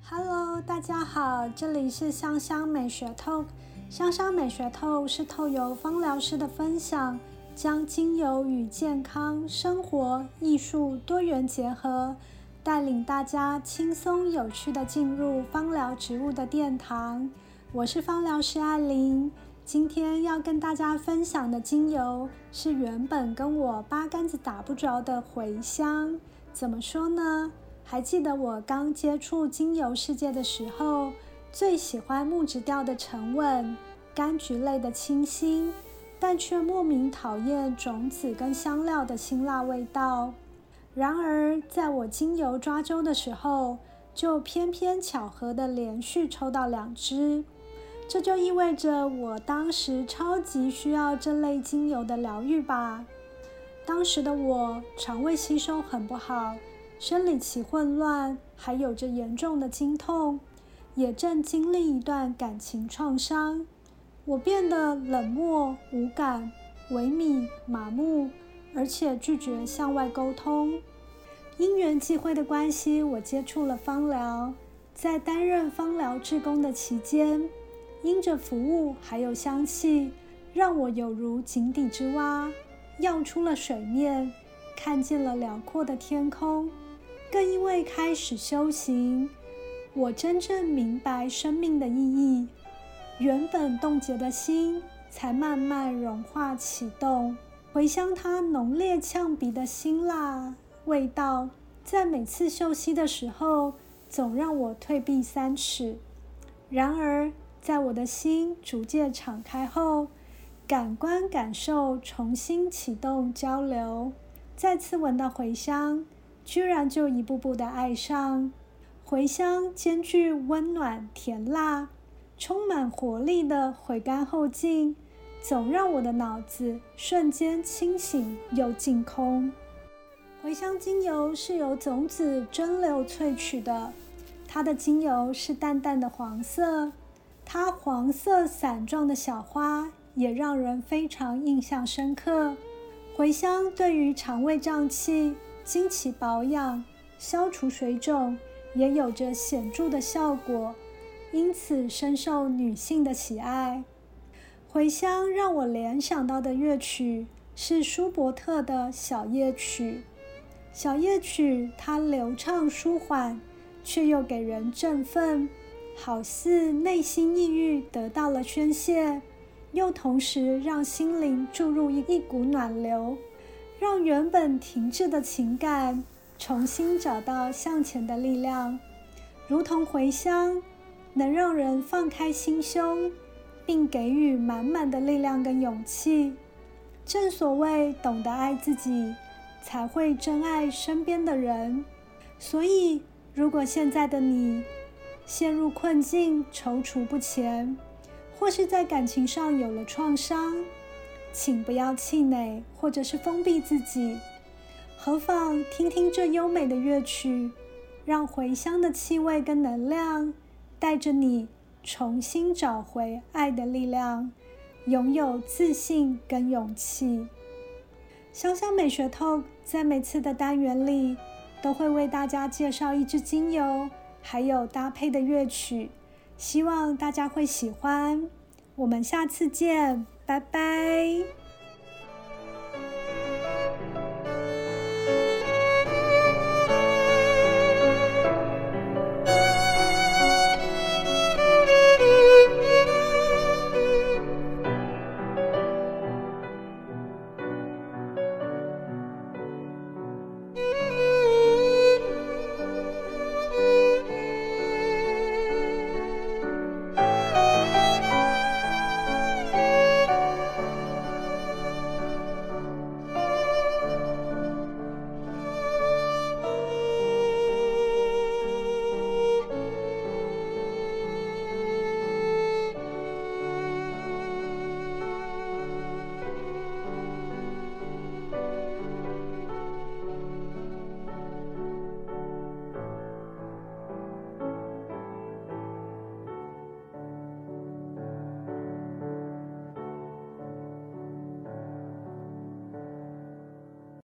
Hello， 大家好，这里是香香美学 Talk。香香美学 Talk 是透由芳疗师的分享，将精油与健康、生活、艺术多元结合，带领大家轻松有趣的进入芳疗植物的殿堂。我是芳疗师艾琳，今天要跟大家分享的精油是原本跟我八竿子打不着的茴香。怎么说呢？还记得我刚接触精油世界的时候，最喜欢木质调的沉稳、柑橘类的清新，但却莫名讨厌种子跟香料的辛辣味道。然而，在我精油抓周的时候，就偏偏巧合的连续抽到2支，这就意味着我当时超级需要这类精油的疗愈吧。当时的我肠胃吸收很不好，生理期混乱，还有着严重的经痛，也正经历一段感情创伤。我变得冷漠、无感、萎靡、麻木，而且拒绝向外沟通。因缘际会的关系，我接触了芳疗。在担任芳疗志工的期间，因着服务还有香气，让我有如井底之蛙，跃出了水面，看见了辽阔的天空。更因为开始修行，我真正明白生命的意义，原本冻结的心才慢慢融化启动。茴香它浓烈呛鼻的辛辣味道，在每次嗅吸的时候总让我退避3尺。然而在我的心逐渐敞开后，感官感受重新启动交流，再次闻到茴香，居然就一步步的爱上。茴香兼具温暖、甜辣，充满活力的回甘后劲，总让我的脑子瞬间清醒又净空。茴香精油是由种子蒸馏萃取的，它的精油是淡淡的黄色，它黄色伞状的小花也让人非常印象深刻。茴香对于肠胃胀气、经期保养、消除水肿也有着显著的效果，因此深受女性的喜爱。茴香让我联想到的乐曲是舒伯特的小夜曲。小夜曲它流畅舒缓，却又给人振奋，好似内心抑郁得到了宣泄，又同时让心灵注入一股暖流，让原本停滞的情感重新找到向前的力量。如同茴香能让人放开心胸，并给予满满的力量跟勇气。正所谓懂得爱自己，才会真爱身边的人。所以如果现在的你陷入困境，踌躇不前，或是在感情上有了创伤，请不要气馁或者是封闭自己，何妨听听这优美的乐曲，让茴香的气味跟能量带着你重新找回爱的力量，拥有自信跟勇气。香香美学 Talk 在每次的单元里都会为大家介绍一支精油，还有搭配的乐曲，希望大家会喜欢。我们下次见，拜拜。